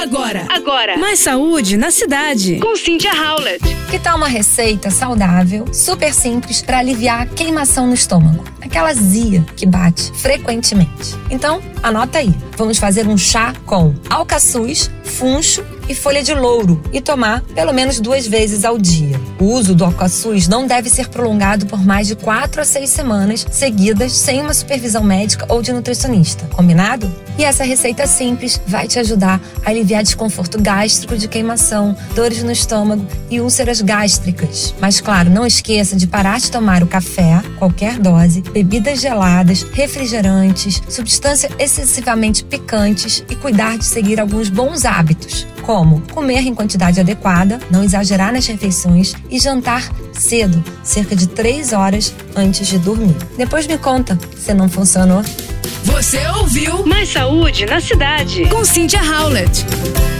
Agora. Mais saúde na cidade. Com Cynthia Howlett. Que tal uma receita saudável, super simples, para aliviar a queimação no estômago? Aquela azia que bate frequentemente. Então, anota aí. Vamos fazer um chá com alcaçuz, funcho e folha de louro e tomar pelo menos 2 vezes ao dia. O uso do alcaçuz não deve ser prolongado por mais de 4 a 6 semanas seguidas sem uma supervisão médica ou de nutricionista. Combinado? E essa receita simples vai te ajudar a aliviar desconforto gástrico de queimação, dores no estômago e úlceras gástricas. Mas claro, não esqueça de parar de tomar o café, qualquer dose, bebidas geladas, refrigerantes, substâncias excessivamente picantes e cuidar de seguir alguns bons hábitos, como comer em quantidade adequada, não exagerar nas refeições e jantar cedo, cerca de 3 horas antes de dormir. Depois me conta se não funcionou. Você ouviu Mais Saúde na Cidade. Com Cynthia Howlett.